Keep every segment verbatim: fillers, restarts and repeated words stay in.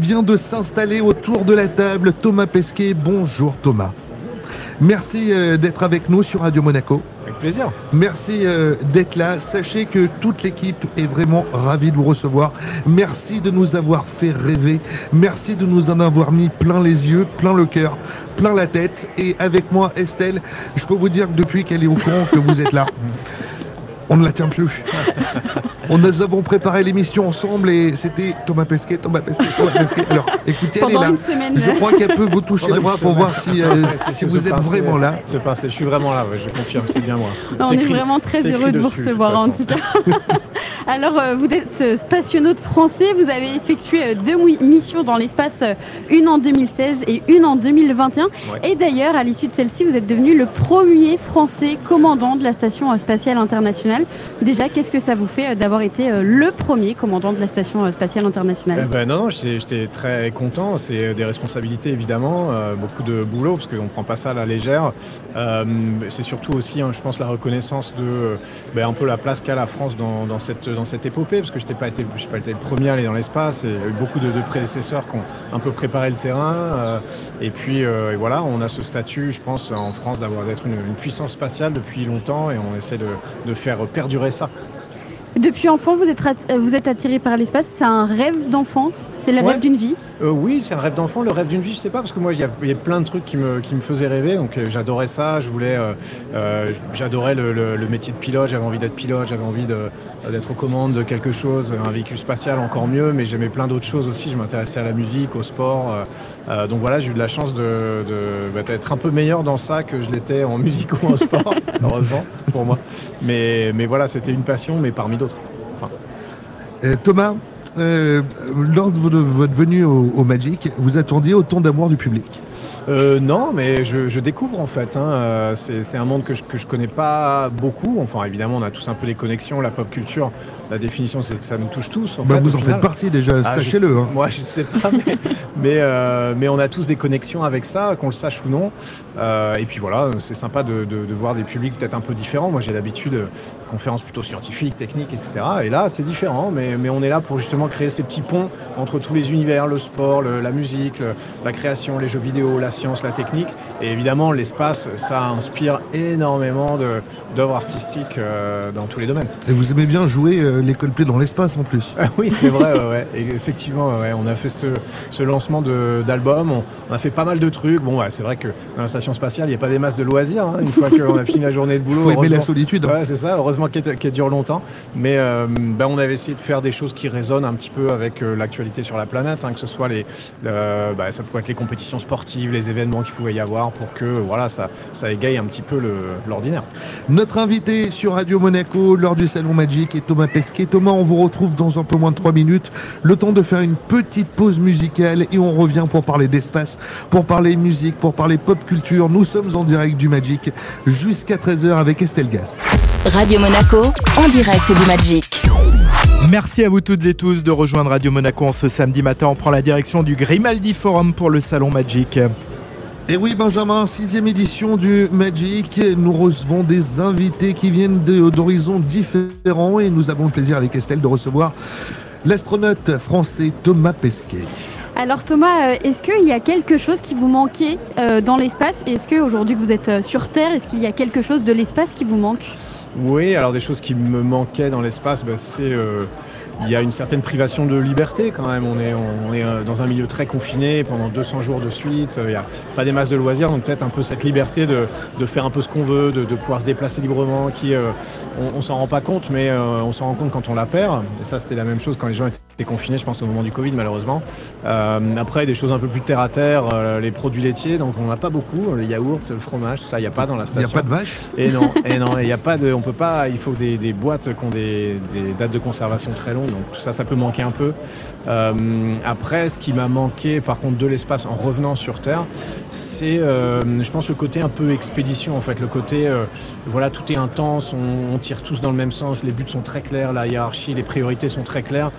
vient de s'installer autour de la table. Thomas Pesquet, bonjour Thomas. Merci euh, d'être avec nous sur Radio Monaco. Avec plaisir. Merci euh, d'être là. Sachez que toute l'équipe est vraiment ravie de vous recevoir. Merci de nous avoir fait rêver. Merci de nous en avoir mis plein les yeux, plein le cœur, plein la tête. Et avec moi, Estelle, je peux vous dire que depuis qu'elle est au courant que vous êtes là, on ne la tient plus. On nous avons préparé l'émission ensemble et c'était Thomas Pesquet, Thomas Pesquet, Thomas Pesquet. Alors, écoutez, pendant elle est là. Une semaine. Je crois qu'elle peut vous toucher pendant le bras pour voir si, euh, si vous êtes pincé, vraiment là. Je pincé, je suis vraiment là, ouais, je confirme, c'est bien moi. On C'est est écrit, vraiment très c'est heureux écrit de vous dessus, recevoir de en toute tout cas. Alors, euh, vous êtes euh, spationaute français, vous avez effectué euh, deux mou- missions dans l'espace, euh, une en deux mille seize et une en deux mille vingt et un. Ouais. Et d'ailleurs, à l'issue de celle-ci, vous êtes devenu le premier français commandant de la Station euh, spatiale internationale. Déjà, qu'est-ce que ça vous fait euh, d'avoir été euh, le premier commandant de la Station euh, spatiale internationale ? Eh ben, Non, non, j'étais, j'étais très content. C'est des responsabilités évidemment, euh, beaucoup de boulot parce qu'on ne prend pas ça à la légère. Euh, c'est surtout aussi, hein, je pense, la reconnaissance de euh, ben, un peu la place qu'a la France dans, dans cette dans cette épopée, parce que je n'ai pas été, j'ai pas été le premier à aller dans l'espace, et il y a eu beaucoup de, de prédécesseurs qui ont un peu préparé le terrain, euh, et puis euh, et voilà, on a ce statut, je pense, en France, d'avoir, d'être une, une puissance spatiale depuis longtemps, et on essaie de, de faire perdurer ça. Depuis enfant, vous êtes, vous êtes attiré par l'espace, c'est un rêve d'enfant, c'est le ouais. rêve d'une vie ? Euh, oui, c'est un rêve d'enfant. Le rêve d'une vie, je sais pas, parce que moi, il y, y a plein de trucs qui me, qui me faisaient rêver. Donc, euh, j'adorais ça. Je voulais, euh, euh, j'adorais le, le, le métier de pilote. J'avais envie d'être pilote. J'avais envie de, d'être aux commandes de quelque chose, un véhicule spatial encore mieux. Mais j'aimais plein d'autres choses aussi. Je m'intéressais à la musique, au sport. Euh, euh, donc voilà, j'ai eu de la chance de, de bah, d'être un peu meilleur dans ça que je l'étais en musique ou en sport, heureusement pour moi. Mais, mais voilà, c'était une passion, mais parmi d'autres. Enfin. Euh, Thomas. Euh, lors de votre venue au, au Magic, vous attendiez autant d'amour du public ? Euh, non, mais je, je découvre en fait. Hein. C'est, c'est un monde que je, que je connais pas beaucoup. Enfin, évidemment, on a tous un peu des connexions. La pop culture, la définition, c'est que ça nous touche tous. En bah fait, vous en final. Faites partie déjà, ah, sachez-le. Je, hein. Moi, je sais pas, mais, mais, euh, mais on a tous des connexions avec ça, qu'on le sache ou non. Euh, et puis voilà, c'est sympa de, de, de voir des publics peut-être un peu différents. Moi, j'ai l'habitude de conférences plutôt scientifiques, techniques, et cetera. Et là, c'est différent, mais, mais on est là pour justement créer ces petits ponts entre tous les univers, le sport, le, la musique, le, la création, les jeux vidéo, la science, la technique. Et évidemment, l'espace, ça inspire énormément de, d'œuvres artistiques euh, dans tous les domaines. Et vous aimez bien jouer euh, les Coldplay dans l'espace en plus. Ah oui, c'est vrai, ouais, ouais. Et effectivement, ouais, on a fait ce, ce lancement de, d'album, on, on a fait pas mal de trucs. Bon, ouais, c'est vrai que dans la station spatiale, il n'y a pas des masses de loisirs, hein, une fois qu'on a fini la journée de boulot. Il faut aimer la solitude. Ouais, c'est ça, heureusement qu'elle, qu'elle dure longtemps. Mais euh, ben, on avait essayé de faire des choses qui résonnent un petit peu avec euh, l'actualité sur la planète, hein, que ce soit les, le, bah, ça pouvait être les compétitions sportives, les événements qu'il pouvait y avoir pour que voilà, ça, ça égaye un petit peu le, l'ordinaire. Notre invité sur Radio Monaco lors du Salon Magic est Thomas Pesquet. Thomas, on vous retrouve dans un peu moins de trois minutes. Le temps de faire une petite pause musicale et on revient pour parler d'espace, pour parler musique, pour parler pop culture. Nous sommes en direct du Magic jusqu'à treize heures avec Estelle Gast. Radio Monaco, en direct du Magic. Merci à vous toutes et tous de rejoindre Radio Monaco en ce samedi matin. On prend la direction du Grimaldi Forum pour le Salon Magic. Et oui, Benjamin, sixième édition du Magic. Nous recevons des invités qui viennent de, d'horizons différents et nous avons le plaisir avec Estelle de recevoir l'astronaute français Thomas Pesquet. Alors Thomas, est-ce qu'il y a quelque chose qui vous manquait euh, dans l'espace ? Est-ce qu'aujourd'hui que vous êtes sur Terre, est-ce qu'il y a quelque chose de l'espace qui vous manque ? Oui, alors des choses qui me manquaient dans l'espace, bah, c'est... Euh... Il y a une certaine privation de liberté quand même. On est, on est dans un milieu très confiné pendant deux cents jours de suite. Il n'y a pas des masses de loisirs, donc peut-être un peu cette liberté de, de faire un peu ce qu'on veut, de, de pouvoir se déplacer librement. Qui, euh, on ne s'en rend pas compte, mais euh, on s'en rend compte quand on la perd. Et ça, c'était la même chose quand les gens étaient confinés, je pense au moment du Covid malheureusement. Euh, après, des choses un peu plus terre à terre, euh, les produits laitiers, donc on n'a pas beaucoup. Les yaourts, le fromage, tout ça, il n'y a pas dans la station. Il n'y a pas de vache ? Et non, et non, il y a pas de, on peut pas. Il faut des, des boîtes qui ont des, des dates de conservation très longues. Donc tout ça, ça peut manquer un peu. Euh, après, ce qui m'a manqué, par contre, de l'espace en revenant sur Terre, c'est, euh, je pense, le côté un peu expédition, en fait. Le côté, euh, voilà, tout est intense, on, on tire tous dans le même sens, les buts sont très clairs, la hiérarchie, les priorités sont très claires. Il y a,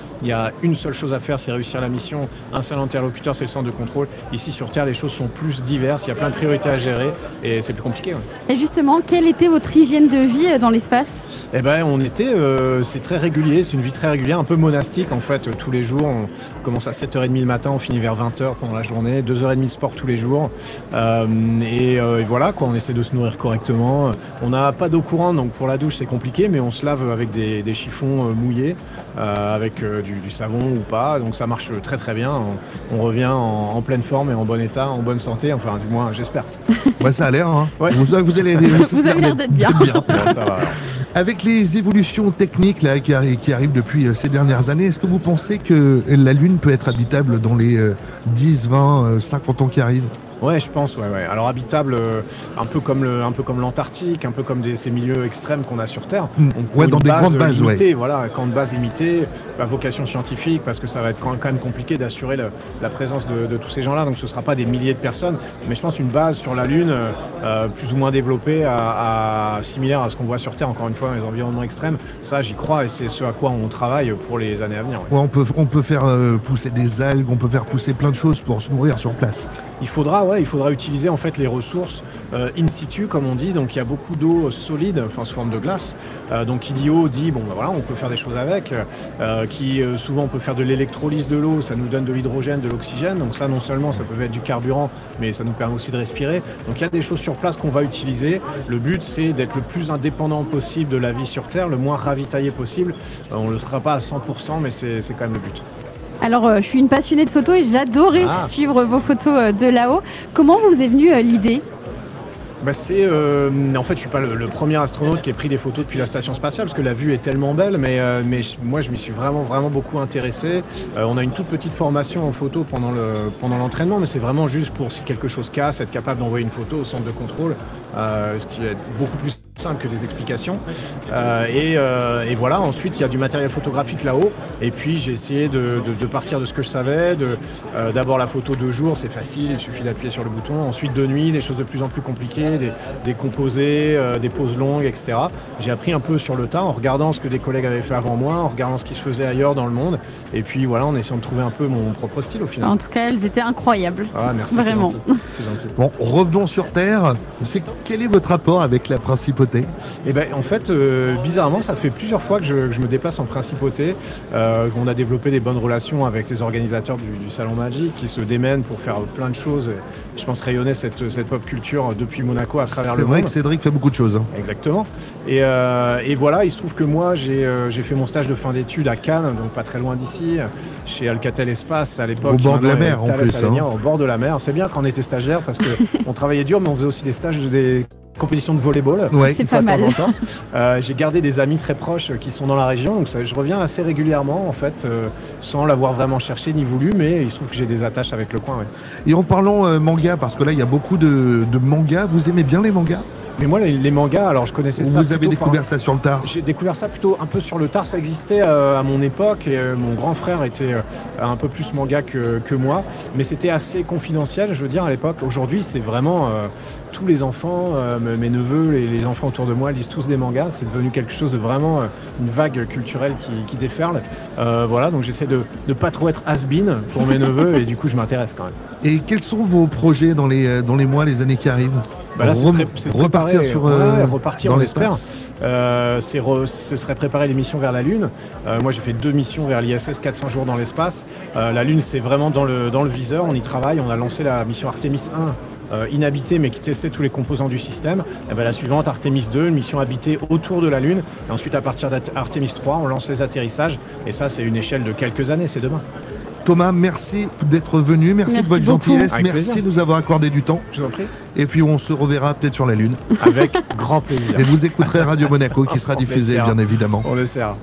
a une seule chose à faire, c'est réussir la mission. Un seul interlocuteur, c'est le centre de contrôle. Ici, sur Terre, les choses sont plus diverses. Il y a plein de priorités à gérer et c'est plus compliqué. Ouais. Et justement, quelle était votre hygiène de vie dans l'espace ? Eh ben, on était, euh, c'est très régulier, c'est une vie très régulière, un peu monastique en fait. Tous les jours, on commence à sept heures trente le matin, on finit vers vingt heures pendant la journée, deux heures trente de sport tous les jours. Euh, et, euh, et voilà, quoi, on essaie de se nourrir correctement. On n'a pas d'eau courante, donc pour la douche c'est compliqué, mais on se lave avec des, des chiffons euh, mouillés, euh, avec euh, du, du savon ou pas. Donc ça marche très très bien. On, on revient en, en pleine forme et en bon état, en bonne santé. Enfin, du moins, j'espère. Ouais, ça a l'air. Hein. Ouais. Vous, vous, allez, vous, vous avez l'air d'être bien. bien. Bon, ça va. Avec les évolutions techniques là, qui, arri- qui arrivent depuis euh, ces dernières années, est-ce que vous pensez que la Lune peut être habitable dans les euh, dix, vingt, euh, cinquante ans qui arrivent ? Ouais, je pense, ouais, ouais. Alors habitable, euh, un peu comme le, un peu comme l'Antarctique, un peu comme des, ces milieux extrêmes qu'on a sur Terre. Mmh. On Ouais, une dans des base grandes bases, limitée, ouais. Voilà, un camp de base limité, à vocation scientifique, parce que ça va être quand même compliqué d'assurer le, la présence de, de tous ces gens-là. Donc ce ne sera pas des milliers de personnes, mais je pense une base sur la Lune, euh, plus ou moins développée, à, à, similaire à ce qu'on voit sur Terre. Encore une fois, dans les environnements extrêmes, ça j'y crois et c'est ce à quoi on travaille pour les années à venir. Ouais. Ouais, on peut, on peut faire euh, pousser des algues, on peut faire pousser plein de choses pour se nourrir sur place. Il faudra, ouais, il faudra utiliser en fait les ressources euh, in situ, comme on dit. Donc il y a beaucoup d'eau solide, enfin sous forme de glace. Euh, donc qui dit eau dit bon, ben voilà, on peut faire des choses avec. Euh, qui euh, souvent on peut faire de l'électrolyse de l'eau, ça nous donne de l'hydrogène, de l'oxygène. Donc ça non seulement ça peut être du carburant, mais ça nous permet aussi de respirer. Donc il y a des choses sur place qu'on va utiliser. Le but c'est d'être le plus indépendant possible de la vie sur Terre, le moins ravitaillé possible. Euh, on ne le sera pas à cent pour cent, mais c'est, c'est quand même le but. Alors, euh, je suis une passionnée de photos et j'adorais Ah. suivre vos photos euh, de là-haut. Comment vous est venue euh, l'idée ? Bah c'est, euh, en fait, je suis pas le, le premier astronaute qui ait pris des photos depuis la station spatiale parce que la vue est tellement belle, mais, euh, mais je- moi je m'y suis vraiment vraiment beaucoup intéressé. Euh, on a une toute petite formation en photo pendant le pendant l'entraînement, mais c'est vraiment juste pour si quelque chose casse, être capable d'envoyer une photo au centre de contrôle, euh, ce qui est beaucoup plus simple que des explications. Euh, et, euh, et voilà, ensuite il y a du matériel photographique là-haut, et puis j'ai essayé de, de, de partir de ce que je savais, de, euh, d'abord la photo de jour, c'est facile, il suffit d'appuyer sur le bouton, ensuite de nuit, des choses de plus en plus compliquées, des, des composés, euh, des poses longues, et cetera. J'ai appris un peu sur le tas en regardant ce que des collègues avaient fait avant moi, en regardant ce qui se faisait ailleurs dans le monde, et puis voilà, en essayant de trouver un peu mon propre style au final. En tout cas, elles étaient incroyables. Ah, merci, Vraiment. c'est gentil. C'est gentil. Bon, revenons sur Terre. C'est, quel est votre rapport avec la principauté ? Et ben en fait, euh, bizarrement, ça fait plusieurs fois que je, que je me déplace en principauté. Euh, on a développé des bonnes relations avec les organisateurs du, du Salon Magic qui se démènent pour faire plein de choses. Et je pense rayonner cette, cette pop culture depuis Monaco à travers C'est le vrai monde. que Cédric fait beaucoup de choses. Hein. Exactement. Et, euh, et voilà, il se trouve que moi, j'ai, euh, j'ai fait mon stage de fin d'études à Cannes, donc pas très loin d'ici, chez Alcatel Espace à l'époque. Au bord de la Maintenant, mer, en Thales plus, Alenia, hein. Au bord de la mer. C'est bien quand on était stagiaire parce qu'on travaillait dur, mais on faisait aussi des stages de des compétitions de volleyball. Ouais. C'est Une fois pas de mal. temps en temps. Euh, j'ai gardé des amis très proches qui sont dans la région, donc ça, je reviens assez régulièrement en fait, euh, sans l'avoir vraiment cherché ni voulu, mais il se trouve que j'ai des attaches avec le coin. Ouais. Et en parlant euh, manga, parce que là il y a beaucoup de, de mangas, vous aimez bien les mangas ? Mais moi, les, les mangas, alors je connaissais ça. Vous avez plutôt découvert par- ça sur le tard ? J'ai découvert ça plutôt un peu sur le tard, ça existait euh, à mon époque et euh, mon grand frère était euh, un peu plus manga que, que moi, mais c'était assez confidentiel, je veux dire, à l'époque. Aujourd'hui, c'est vraiment euh, tous les enfants, euh, mes neveux, les, les enfants autour de moi lisent tous des mangas, c'est devenu quelque chose de vraiment, euh, une vague culturelle qui, qui déferle. Euh, voilà, donc j'essaie de ne pas trop être has-been pour mes neveux et du coup je m'intéresse quand même. Et quels sont vos projets dans les, euh, dans les mois, les années qui arrivent ? Bah là, c'est Rem- pré- c'est repartir préparer, sur ouais, euh, repartir, dans on l'espace. espère. Euh, c'est re- ce serait préparer les missions vers la Lune. Euh, moi, j'ai fait deux missions vers l'I S S, quatre cents jours dans l'espace. Euh, la Lune, c'est vraiment dans le, dans le viseur. On y travaille. On a lancé la mission Artemis un, euh, inhabitée, mais qui testait tous les composants du système. Et ben, la suivante, Artemis deux, une mission habitée autour de la Lune. Et ensuite, à partir d'Artemis trois, on lance les atterrissages. Et ça, c'est une échelle de quelques années. C'est demain. Thomas, merci d'être venu, merci, Merci de votre beaucoup. gentillesse, Avec merci plaisir. de nous avoir accordé du temps. Je vous en prie. Et puis on se reverra peut-être sur la Lune. Avec grand plaisir. Et vous écouterez Radio Monaco qui sera On diffusé essaiera. bien évidemment. On essaiera.